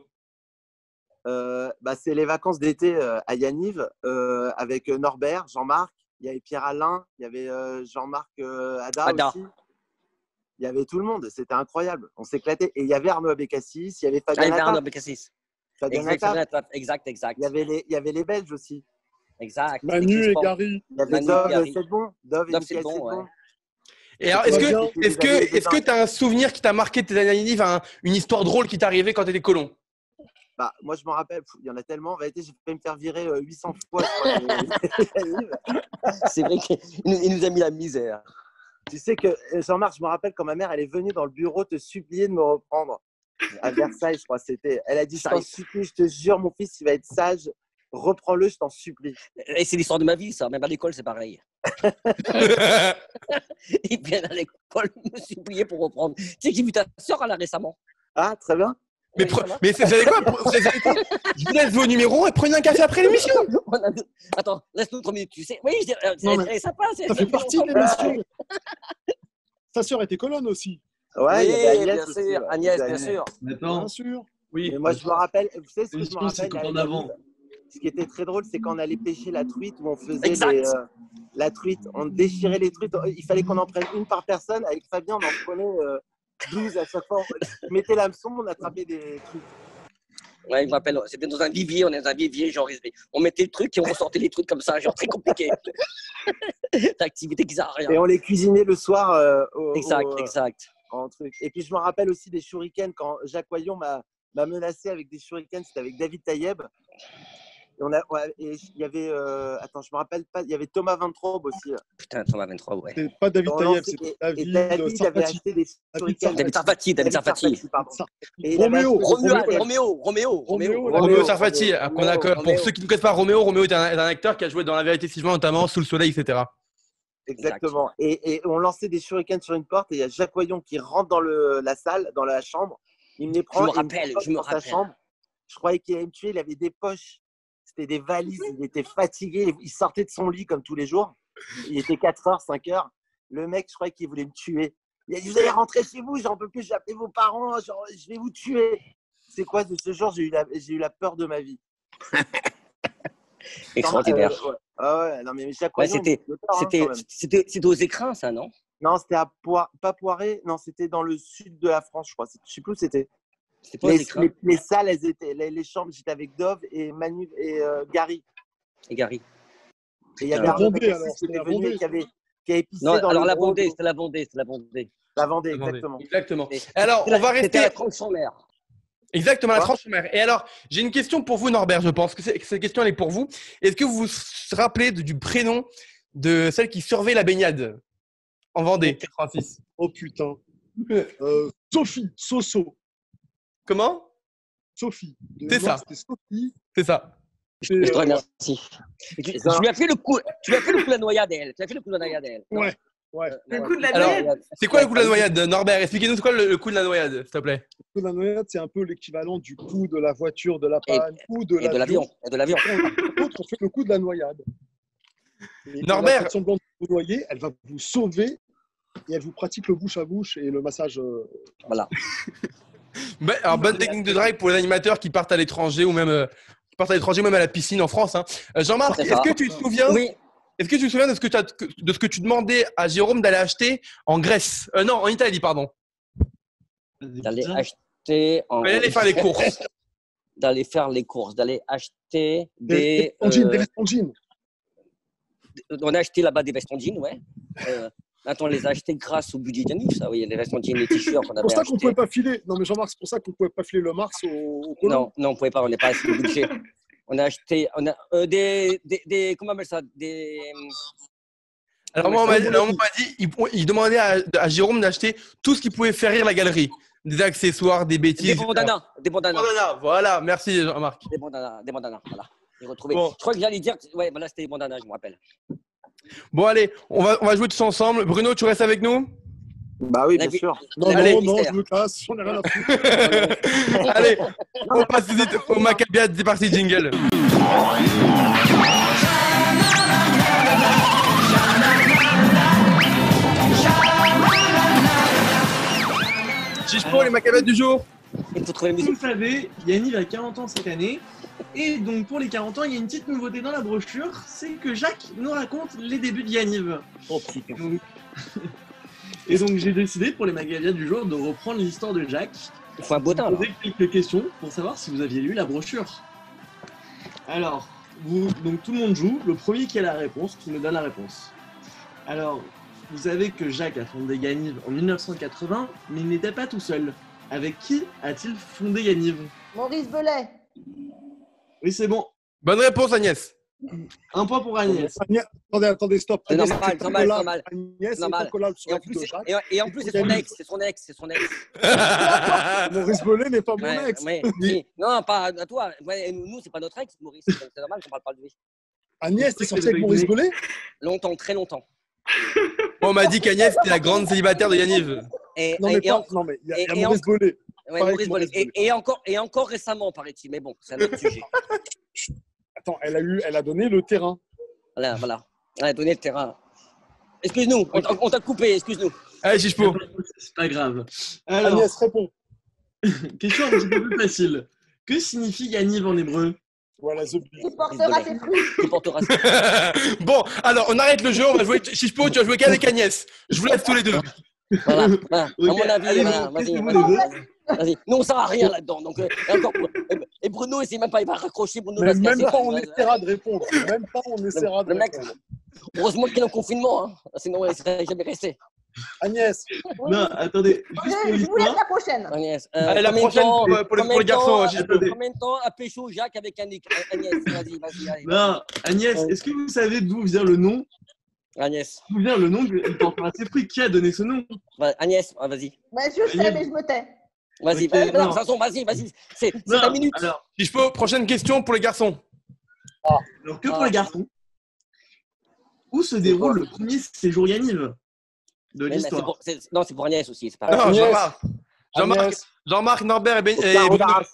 Speaker 14: C'est les vacances d'été à Yaniv avec Norbert, Jean-Marc, il y avait Pierre-Alain, il y avait Jean-Marc Ada aussi. Il y avait tout le monde, c'était incroyable. On s'éclatait. Et il y avait Arnaud Abécassis, il y avait Fabien
Speaker 10: Abécassis. Exact.
Speaker 14: Il y avait les Belges aussi.
Speaker 10: Exact.
Speaker 11: Manu et Gary.
Speaker 14: Il y avait Dove, c'est bon. Dove et Michael, c'est bon.
Speaker 9: Et alors, est-ce que tu as un souvenir qui t'a marqué de tes années à Yaniv, une histoire drôle qui t'est arrivée quand tu étais colon?
Speaker 14: Moi, je m'en rappelle, il y en a tellement. En vérité, j'ai failli me faire virer 800 fois.
Speaker 10: C'est vrai qu'il nous a mis la misère.
Speaker 14: Tu sais que, Jean-Marc, je me rappelle quand ma mère, elle est venue dans le bureau te supplier de me reprendre. À Versailles, je crois, c'était. Elle a dit, je t'en supplie, je te jure, mon fils, il va être sage. Reprends-le, je t'en supplie.
Speaker 10: Et c'est l'histoire de ma vie, ça. Même à l'école, c'est pareil. Il vient à l'école me supplier pour reprendre. Tu sais que j'ai vu ta soeur là récemment.
Speaker 14: Ah, très bien.
Speaker 9: Mais vous savez quoi? Je vous laisse vos numéros et prenez un café après l'émission.
Speaker 10: Attends, laisse-nous 3 minutes. Tu sais, oui,
Speaker 11: ça fait partie de l'émission. Ta sœur était colonne aussi.
Speaker 14: Ouais,
Speaker 10: oui,
Speaker 14: il y avait Agnès
Speaker 10: bien sûr.
Speaker 14: aussi,
Speaker 10: Agnès, bien sûr.
Speaker 11: Bien sûr.
Speaker 9: Oui.
Speaker 14: Mais moi, je me rappelle, vous savez ce que je me
Speaker 13: C'est
Speaker 14: rappelle
Speaker 13: en avant.
Speaker 14: Ce qui était très drôle, c'est quand on allait pêcher la truite, où on faisait la truite, on déchirait les truites. Il fallait qu'on en prenne une par personne. Avec Fabien, on en prenait 12 à chaque fois. On mettait l'hameçon, on attrapait des trucs.
Speaker 10: Ouais, je me rappelle, c'était dans un vivier, on est dans un vivier, genre, on mettait le truc et on ressortait les trucs comme ça, genre très compliqué. L'activité qui sert à rien.
Speaker 14: Et on les cuisinait le soir.
Speaker 10: Exact.
Speaker 14: En truc. Et puis je me rappelle aussi des shurikens, quand Jacques Wayon m'a menacé avec des shurikens, c'était avec David Taïeb. Et il y avait, attends, je me rappelle pas, il y avait Thomas Vintraube aussi.
Speaker 10: Putain, Thomas Vintraube, ouais.
Speaker 11: C'est pas David Taïeb, c'est David
Speaker 14: avait acheté des shurikens.
Speaker 10: David Sarfati.
Speaker 14: Et
Speaker 10: Roméo
Speaker 9: Sarfati. Pour ceux qui ne connaissent pas Roméo est un acteur qui a joué dans La Vérité Vivant, notamment Sous le Soleil, etc.
Speaker 14: Exactement. Et on lançait des shurikens sur une porte et il y a Jacques Wayon qui rentre dans la salle, dans la chambre. Il me les prend.
Speaker 10: Je me rappelle.
Speaker 14: Chambre. Je croyais qu'il allait me tuer. Il avait des poches. C'était des valises. Il était fatigué. Il sortait de son lit comme tous les jours. Il était 4h, 5h. Le mec, je croyais qu'il voulait me tuer. Il a dit, vous allez rentrer chez vous. J'en peux plus. J'ai appelé vos parents. Genre, je vais vous tuer. C'est quoi ce jour? J'ai eu la peur de ma vie.
Speaker 10: Extraordinaire.
Speaker 14: Ah ouais, non mais chaque fois.
Speaker 10: C'était aux écrins, ça, non?
Speaker 14: Non, c'était à pas Poiré. Non, c'était dans le sud de la France, je crois. Je sais plus où c'était. Les salles, elles étaient, les chambres, j'étais avec Dove et Manu et Gary.
Speaker 10: Et Gary.
Speaker 14: Et il y avait un
Speaker 11: Vendée,
Speaker 14: qui avait pissé
Speaker 10: non,
Speaker 14: dans
Speaker 10: alors
Speaker 14: le
Speaker 10: la
Speaker 14: gros-
Speaker 10: Vendée, c'était la Vendée.
Speaker 14: La Vendée, exactement.
Speaker 9: Exactement. Alors, on va rester.
Speaker 10: C'était à la Tranche-sur-Mer.
Speaker 9: Exactement, la tranche mer. Et alors, j'ai une question pour vous, Norbert, je pense que cette question, elle est pour vous. Est-ce que vous vous rappelez du prénom de celle qui surveille la baignade en Vendée, 86?
Speaker 11: Oh putain. Sophie, Soso.
Speaker 9: Comment?
Speaker 11: Sophie.
Speaker 9: C'est ça.
Speaker 11: C'était Sophie.
Speaker 9: C'est ça.
Speaker 10: Je te remercie. Tu lui as fait le coup de la noyade, elle. Tu as fait le coup de la noyade, elle.
Speaker 11: Ouais.
Speaker 7: Le coup de la
Speaker 9: Alors,
Speaker 7: noyade.
Speaker 9: c'est quoi le coup de la noyade, Norbert? Expliquez-nous, c'est quoi le coup de la noyade, s'il te plaît?
Speaker 11: Le coup de la noyade, c'est un peu l'équivalent du coup de la voiture, de la panne ou de
Speaker 10: l'avion.
Speaker 11: L'autre, on fait le coup de la noyade. Et
Speaker 9: Norbert.
Speaker 11: elle fait semblant de vous noyer, elle va vous sauver et elle vous pratique le bouche à bouche et le massage.
Speaker 10: Voilà.
Speaker 9: Alors, bonne technique de drive pour les animateurs qui partent à l'étranger ou même à la piscine en France. Hein. Jean-Marc, est-ce que tu te souviens?
Speaker 10: Oui.
Speaker 9: Est-ce que tu te souviens de ce que tu demandais à Jérôme d'aller acheter en Grèce? Non, en Italie, pardon.
Speaker 10: D'aller acheter en.
Speaker 9: Il allait faire les courses.
Speaker 10: d'aller faire les courses, d'aller acheter
Speaker 11: Des vestes en jean.
Speaker 10: On a acheté là-bas des vestes en jean, ouais. Maintenant, on les a achetés grâce au budget d'Yanniv, ça, oui, les vestes en jean, les t-shirts qu'on
Speaker 11: C'est
Speaker 10: avait
Speaker 11: pour ça qu'on
Speaker 10: achetés.
Speaker 11: pouvait pas filer. Non, mais Jean-Marc, c'est pour ça qu'on pouvait pas filer le Mars au colon.
Speaker 10: Non, on ne pouvait pas, on n'est pas assez de budget. On a acheté des comment on appelle ça, des.
Speaker 1: Alors moi, on m'a dit, il demandait à Jérôme d'acheter tout ce qui pouvait faire rire la galerie. Des accessoires, des bêtises.
Speaker 10: Des bandanas.
Speaker 1: Voilà, merci Jean-Marc.
Speaker 10: Des bandanas, voilà. J'ai retrouvé.
Speaker 1: Bon.
Speaker 10: Je crois que j'allais dire, ouais, voilà, c'était des bandanas, je me rappelle.
Speaker 1: Bon allez, on va jouer tous ensemble. Bruno, tu restes avec nous?
Speaker 14: Bah oui, bien sûr.
Speaker 11: Non,
Speaker 1: Allez.
Speaker 11: non, je me casse. J'en ai rien à foutre.
Speaker 1: Allez, on passe tout de suite au Maccabiat, c'est parti, jingle. Chichepo, les Maccabiats du jour.
Speaker 10: Il faut trouver la
Speaker 6: Vous
Speaker 10: musique.
Speaker 6: le savez, Yanniv a 40 ans cette année. Et donc pour les 40 ans, il y a une petite nouveauté dans la brochure, c'est que Jacques nous raconte les débuts de Yanniv.
Speaker 14: Oh putain.
Speaker 6: Et donc j'ai décidé pour les Maccabiats du jour de reprendre l'histoire de Jacques.
Speaker 10: Il faut un beau temps,
Speaker 6: Je vais vous poser quelques questions pour savoir si vous aviez lu la brochure. Alors, donc tout le monde joue, le premier qui a la réponse, qui me donne la réponse. Alors, vous savez que Jacques a fondé Yanniv en 1980, mais il n'était pas tout seul. Avec qui a-t-il fondé Yanniv?
Speaker 3: Maurice Belay.
Speaker 6: Oui, c'est bon.
Speaker 1: Bonne réponse, Agnès.
Speaker 6: Un point pour Agnès.
Speaker 11: Attendez, stop.
Speaker 10: C'est
Speaker 11: Agnès,
Speaker 10: normal,
Speaker 11: c'est
Speaker 10: normal,
Speaker 11: pas
Speaker 10: normal.
Speaker 11: Agnès,
Speaker 10: Normal.
Speaker 11: c'est pas collable sur
Speaker 10: Et
Speaker 11: la
Speaker 10: en plus,
Speaker 11: photo de Jacques.
Speaker 10: et en plus, c'est son ex, c'est son ex.
Speaker 11: Maurice Belay n'est pas mon
Speaker 10: Ouais,
Speaker 11: ex.
Speaker 10: ouais, oui. Non, pas à toi. Ouais, nous, c'est pas notre ex, Maurice. C'est normal qu'on parle pas de lui.
Speaker 11: Agnès, t'es sortie avec Maurice Belay?
Speaker 10: Longtemps, très longtemps.
Speaker 1: On m'a dit qu'Agnès était la grande célibataire de Yanniv.
Speaker 10: Et,
Speaker 11: Non, mais
Speaker 10: et,
Speaker 11: pas- non, mais il y a
Speaker 10: et
Speaker 11: Maurice Belay.
Speaker 10: ouais,
Speaker 11: Pareil
Speaker 10: Maurice
Speaker 11: que Maurice
Speaker 10: Belay. Et encore récemment, paraît-il. Mais bon, c'est un autre sujet.
Speaker 11: Attends, elle a donné le terrain.
Speaker 10: Voilà. Elle a donné le terrain. Excuse-nous, on t'a coupé, excuse-nous.
Speaker 1: Allez, Chichepo.
Speaker 6: C'est pas grave. Alors,
Speaker 11: Agnès, réponds.
Speaker 6: question un petit peu plus facile. Que signifie Yanniv en hébreu?
Speaker 11: Voilà, The Bee.
Speaker 3: Il portera ses fruits.
Speaker 10: Il portera ses
Speaker 1: Bon, alors on arrête le jeu, on va jouer. Chichepo, tu vas jouer qu'avec Agnès. Je vous laisse tous les deux.
Speaker 10: Voilà. À
Speaker 6: Ok,
Speaker 10: mon avis,
Speaker 6: allez,
Speaker 10: voilà,
Speaker 6: qu'est-ce que vous
Speaker 10: vas-y.
Speaker 6: les deux?
Speaker 10: Vas-y. Nous, on sert à rien là-dedans. Donc, et Bruno, il va raccrocher. Bruno va
Speaker 11: Mais
Speaker 10: se
Speaker 11: même
Speaker 10: casser.
Speaker 11: pas on essaiera de répondre. Même pas on essaiera de
Speaker 10: Le mec,
Speaker 11: répondre.
Speaker 10: heureusement qu'il est en confinement, hein. Sinon, il ne serait jamais resté.
Speaker 11: Agnès,
Speaker 6: Non, attendez, juste pour
Speaker 3: Je vous laisse
Speaker 6: l'histoire.
Speaker 3: la prochaine.
Speaker 10: Agnès,
Speaker 1: Allez, la prochaine pour les garçons. Chichepo.
Speaker 10: Combien de temps a pécho Jacques avec Agnès? Vas-y, allez.
Speaker 6: Non, Agnès, est-ce que vous savez d'où vient le nom?
Speaker 10: Agnès,
Speaker 6: D'où vient le nom de Il portera ses fruits? Qui a donné ce nom?
Speaker 10: Agnès, vas-y.
Speaker 3: Mais je sais, mais je me tais.
Speaker 10: Vas-y,
Speaker 6: Ok,
Speaker 10: de toute
Speaker 6: non.
Speaker 10: façon, vas-y. C'est
Speaker 6: Non,
Speaker 10: ta minute.
Speaker 6: Alors,
Speaker 1: Chichepo, prochaine question pour les garçons.
Speaker 6: alors que pour les garçons, où se déroule le premier séjour Yanniv de
Speaker 10: Mais
Speaker 6: l'histoire?
Speaker 10: non, c'est pour Agnès aussi, c'est pas
Speaker 1: Non,
Speaker 10: grave.
Speaker 11: Agnès.
Speaker 1: Jean-Marc, Norbert et
Speaker 14: Carreau
Speaker 1: Bruno.
Speaker 14: d'Arras.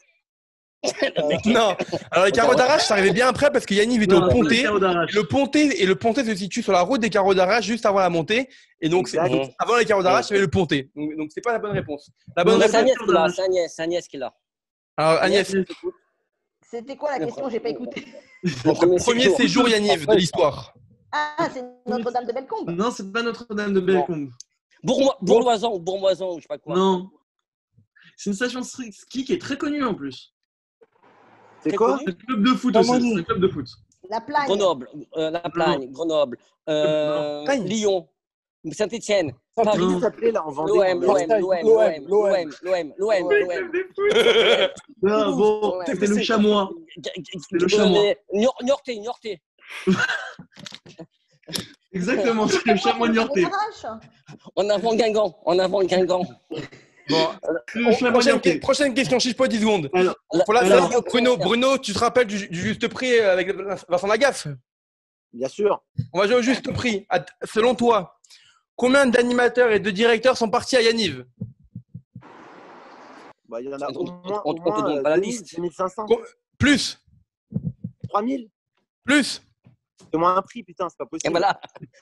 Speaker 1: Non, alors les carreaux d'Arrache, ça arrivait bien après parce que Yanniv était
Speaker 6: Non,
Speaker 1: au
Speaker 6: le
Speaker 1: Pontet.
Speaker 6: carreau d'Arrache.
Speaker 1: Et le Pontet se situe sur la route des carreaux d'Arrache juste avant la montée. Et donc,
Speaker 14: Exact.
Speaker 1: donc, avant les carreaux d'Arrache, il y avait le Pontet. Donc c'est pas la bonne réponse. La bonne
Speaker 10: Non, c'est
Speaker 1: réponse.
Speaker 10: Agnès qui l'a.
Speaker 1: Alors Agnès,
Speaker 3: C'était quoi la question? J'ai pas écouté.
Speaker 1: le premier séjour Yanniv de l'histoire.
Speaker 3: Ah, c'est Notre-Dame de Bellecombe.
Speaker 6: Non, c'est pas Notre-Dame de Bellecombe.
Speaker 10: Bourloisan, ou je sais pas quoi.
Speaker 6: Non. C'est une station de ski qui est très connue en plus.
Speaker 14: C'est
Speaker 10: Très
Speaker 14: quoi?
Speaker 10: connu.
Speaker 6: C'est un club de foot aussi. C'est un club de foot.
Speaker 3: La Plagne.
Speaker 10: Grenoble, La Plagne, Grenoble,
Speaker 1: Plagne.
Speaker 10: Lyon, Saint-Etienne,
Speaker 14: Ça
Speaker 10: Paris,
Speaker 14: peut s'appeler là en Vendée.
Speaker 10: l'OM.
Speaker 6: Non, bon,
Speaker 10: Ouais.
Speaker 6: c'était le chamois. Le chamois.
Speaker 10: Niortais.
Speaker 6: Exactement, c'est le chamois niortais.
Speaker 10: En avant Guingamp.
Speaker 1: Bon,
Speaker 6: Le chamois niortais.
Speaker 1: prochaine question, Chichepo, 10 secondes.
Speaker 6: Alors,
Speaker 1: Pour la
Speaker 6: alors,
Speaker 1: Bruno, tu te rappelles du juste prix avec Vincent Lagaffe?
Speaker 14: Bien sûr.
Speaker 1: On va jouer au juste prix. Selon toi, combien d'animateurs et de directeurs sont partis à Yanniv?
Speaker 14: Bah, il y en a
Speaker 10: On te demande pas la liste.
Speaker 14: 2500.
Speaker 1: Plus,
Speaker 14: 3000.
Speaker 1: plus,
Speaker 14: C'est moins un prix, putain, c'est pas possible.
Speaker 10: Et voilà.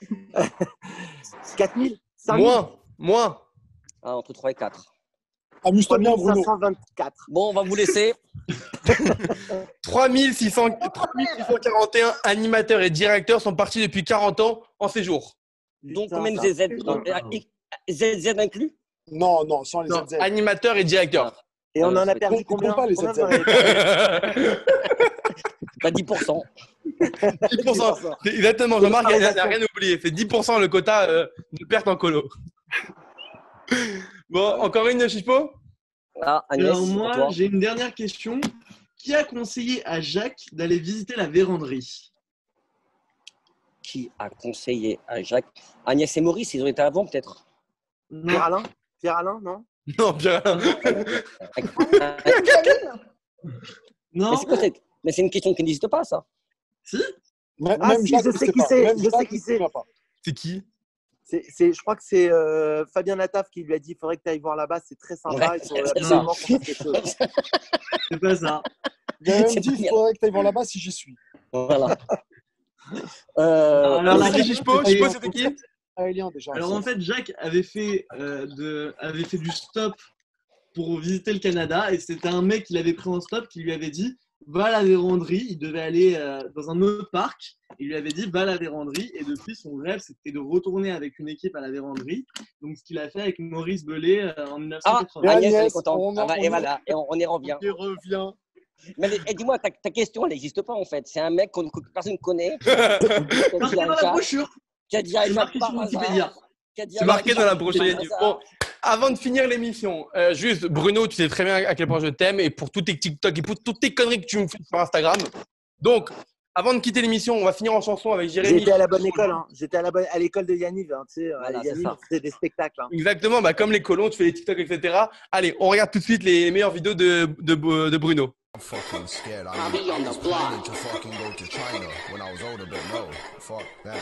Speaker 14: 4000. 5000.
Speaker 1: moins.
Speaker 10: Ah, entre 3 et 4.
Speaker 11: amuse-toi bien, Bruno.
Speaker 14: 3524.
Speaker 10: Bon, on va vous laisser.
Speaker 1: 3641 animateurs et directeurs sont partis depuis 40 ans en séjour.
Speaker 10: Donc,
Speaker 14: Putain,
Speaker 10: combien de
Speaker 14: ça-
Speaker 10: ZZ inclus?
Speaker 11: Non, sans les
Speaker 1: Non,
Speaker 11: ZZ.
Speaker 1: animateurs et directeurs.
Speaker 14: Et on en a
Speaker 10: tu
Speaker 14: perdu
Speaker 11: Ils comptent
Speaker 14: combien?
Speaker 11: pas les
Speaker 14: Combien
Speaker 11: ZZ.
Speaker 14: vous en avez perdu?
Speaker 10: 10%.
Speaker 9: 10%. C'est exactement, Jean-Marc n'a rien oublié. C'est 10% le quota de perte en colo. Bon, encore une, Chipo?
Speaker 10: Ah, Agnès,
Speaker 6: Alors
Speaker 10: pour
Speaker 6: moi,
Speaker 10: toi.
Speaker 6: j'ai une dernière question. Qui a conseillé à Jacques d'aller visiter la véranderie?
Speaker 10: Qui a conseillé à Jacques? Agnès et Maurice, ils ont été avant peut-être.
Speaker 14: Pierre-Alain? Pierre-Alain, non?
Speaker 9: Non, Pierre.
Speaker 6: Non.
Speaker 10: Mais c'est quoi cette- Mais c'est une question qui n'existe pas, ça.
Speaker 6: Si.
Speaker 14: Ah si, je sais qui c'est. Je sais qui c'est.
Speaker 9: C'est qui?
Speaker 14: Je crois que c'est Fabien Lataf qui lui a dit il faudrait que tu ailles voir là-bas, c'est très sympa. Il faut absolument qu'on fasse quelque chose.
Speaker 6: C'est pas ça.
Speaker 11: Il a même dit il faudrait que tu ailles voir là-bas si j'y suis.
Speaker 10: Voilà.
Speaker 6: Alors,
Speaker 9: c'est qui, Chipo? Chipo, c'était qui?
Speaker 11: Aélien, déjà.
Speaker 6: Alors en fait, Jacques avait fait du stop pour visiter le Canada et c'était un mec qui l'avait pris en stop qui lui avait dit va à la véranderie. Il devait aller dans un autre parc. Il lui avait dit va à la véranderie et depuis son rêve c'était de retourner avec une équipe à la véranderie. Donc ce qu'il a fait avec Maurice Belay en 1980.
Speaker 10: Ah, Agnès, elle est contente. Et voilà, et on y revient.
Speaker 11: On y revient.
Speaker 10: Mais dis-moi, ta question, elle n'existe pas en fait. C'est un mec que personne ne connaît.
Speaker 6: Marqué dans la brochure.
Speaker 10: Qui a dit à
Speaker 6: C'est marqué
Speaker 10: Jacques
Speaker 6: sur
Speaker 10: par
Speaker 6: Wikipédia.
Speaker 10: hasard.
Speaker 9: C'est marqué dans la brochure. Bon, avant de finir l'émission, juste Bruno, tu sais très bien à quel point je t'aime et pour tous tes TikTok et pour toutes tes conneries que tu me fais sur Instagram. Donc, avant de quitter l'émission, on va finir en chanson avec Jérémy.
Speaker 14: J'étais à la bonne école. Hein. J'étais à l'école de Yaniv. Hein, tu sais,
Speaker 10: Voilà,
Speaker 14: Yaniv faisait des spectacles. Hein.
Speaker 9: Exactement, bah, comme les colons, tu fais les TikTok, etc. Allez, on regarde tout de suite les meilleures vidéos de Bruno.
Speaker 15: I'm fucking scared. I was planning to fucking go to China when I was older, but no, fuck that.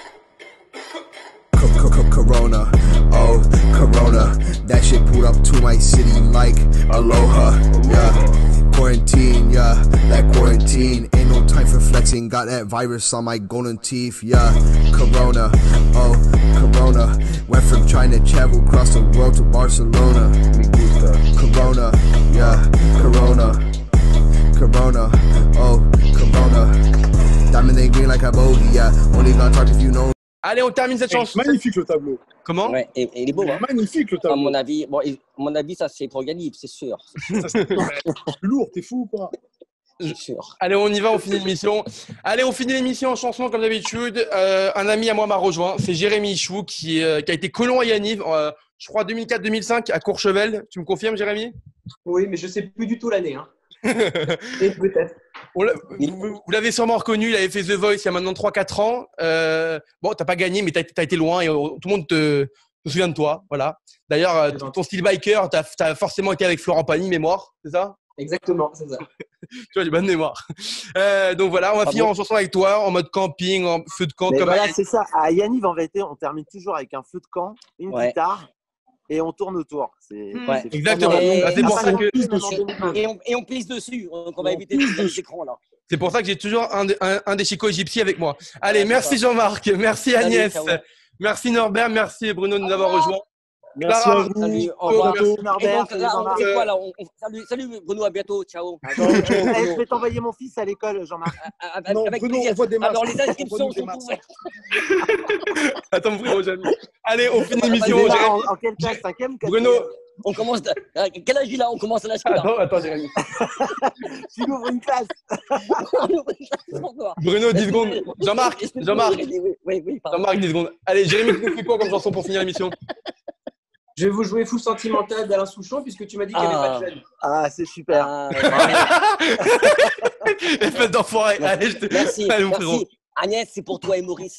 Speaker 15: Corona, oh Corona, that shit pulled up to my city like aloha, yeah. Quarantine, yeah, that quarantine ain't no time for flexing. Got that virus on my golden teeth, yeah. Corona, oh Corona, went from China, travel across the world to Barcelona. Corona, yeah, Corona. Corona, oh, Corona. Diamond ain't green like a bogey, yeah. Only gonna talk if you know.
Speaker 9: Allez, on termine cette chanson.
Speaker 11: Magnifique le tableau.
Speaker 9: Comment?
Speaker 10: Ouais, et il est beau, hein.
Speaker 11: Magnifique le tableau.
Speaker 10: À mon avis, ça c'est pour Yannick, c'est sûr.
Speaker 11: C'est lourd, t'es fou ou pas?
Speaker 10: C'est sûr.
Speaker 9: Allez, on y va, on finit l'émission. Allez, on finit l'émission en chanson comme d'habitude. Un ami à moi m'a rejoint, c'est Jérémy Chou qui a été colon à Yaniv, je crois 2004-2005 à Courchevel. Tu me confirmes, Jérémy?
Speaker 16: Oui, mais je sais plus du tout l'année. Hein. Et peut-être.
Speaker 9: Vous l'avez sûrement reconnu, il avait fait The Voice il y a maintenant 3-4 ans. Bon, t'as pas gagné, mais t'as été loin et tout le monde te souvient de toi. Voilà. D'ailleurs, ton style biker, t'as forcément été avec Florent Pagny, mémoire, c'est ça?
Speaker 16: Exactement, c'est ça.
Speaker 9: Tu vois, j'ai bonne mémoire. Donc voilà, on va finir en chanson avec toi, en mode camping, en feu de camp.
Speaker 14: Mais
Speaker 9: comme
Speaker 14: voilà, c'est ça. À Yaniv, en vérité, on termine toujours avec un feu de camp, une guitare. Et on tourne autour.
Speaker 10: Ouais.
Speaker 9: Exactement. C'est pour ça que
Speaker 10: et on glisse dessus. Donc on va éviter les écrans là.
Speaker 9: C'est pour ça que j'ai toujours un des chicots égyptiens avec moi. Allez, merci Jean-Marc, merci Agnès, merci Norbert, merci Bruno de nous avoir rejoints.
Speaker 11: Merci
Speaker 9: Clara,
Speaker 11: à vous.
Speaker 10: Salut, au revoir.
Speaker 14: Merci Norbert.
Speaker 10: Et donc là, on fait quoi là? Salut Bruno, à bientôt. Ciao.
Speaker 14: Je vais t'envoyer mon fils à l'école, Jean-Marc.
Speaker 11: Non,
Speaker 10: Avec
Speaker 11: Bruno,
Speaker 10: plaisir.
Speaker 11: envoie des masques.
Speaker 10: Alors les inscriptions sont ouvertes.
Speaker 9: Attends, Bruno, jamais. Allez, on finit l'émission.
Speaker 14: En quelle classe? 5e?
Speaker 9: Bruno,
Speaker 10: on commence. Quel âge il a? On commence à l'âge qu'il a.
Speaker 9: Attends, Jérémy.
Speaker 14: Tu ouvres une classe.
Speaker 9: Bruno, 10 secondes. Jean-Marc,
Speaker 10: Oui,
Speaker 9: Jean-Marc, 10 secondes. Allez, Jérémy, tu nous fais quoi comme chanson pour finir l'émission?
Speaker 16: Je vais vous jouer Fou Sentimental d'Alain Souchon puisque tu m'as dit qu'il n'y avait pas de jeune.
Speaker 14: Ah, c'est super.
Speaker 9: Espèce d'enfoiré. Allez,
Speaker 10: Merci.
Speaker 9: Allez, mon frérot.
Speaker 10: Merci. Agnès, c'est pour toi et Maurice.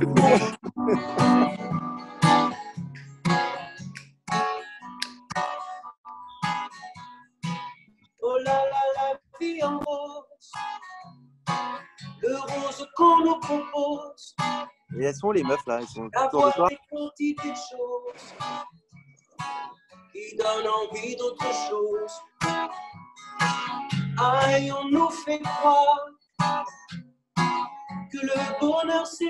Speaker 16: Oh là là, la vie en rose, le rose qu'on nous propose.
Speaker 14: Et elles sont où les meufs là? Elles sont autour de
Speaker 16: Avoir
Speaker 14: toi?
Speaker 16: des petites choses qui donnent envie d'autre chose. Aïe, on nous fait croire que le bonheur c'est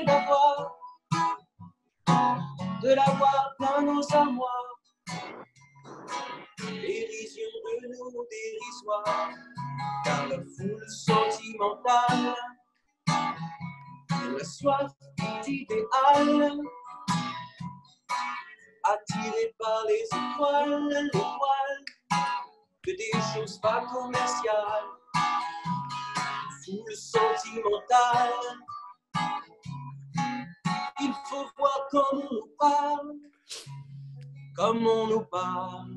Speaker 16: de l'avoir dans nos armoires. Dérision de nous dérisoire, car le foule sentimentale, la soif d'idéal, attiré par les étoiles, que des chose pas commerciale. Sous le sentimental, il faut voir comme on nous parle, comme on nous parle,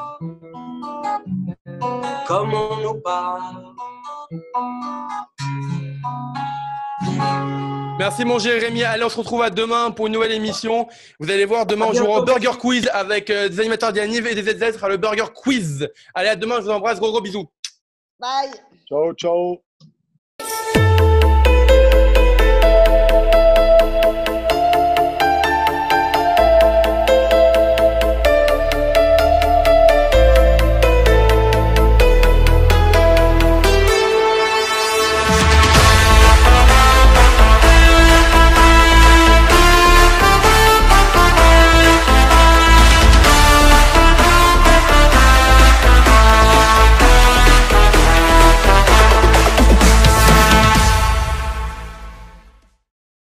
Speaker 16: comme on nous parle.
Speaker 9: Merci mon Jérémy. Allez, on se retrouve à demain pour une nouvelle émission. Vous allez voir, demain on jouera au Burger Quiz avec des animateurs d'Yaniv et des ZZ. Ce sera le Burger Quiz. Allez, à demain, je vous embrasse. Gros bisous.
Speaker 3: Bye.
Speaker 11: Ciao, ciao.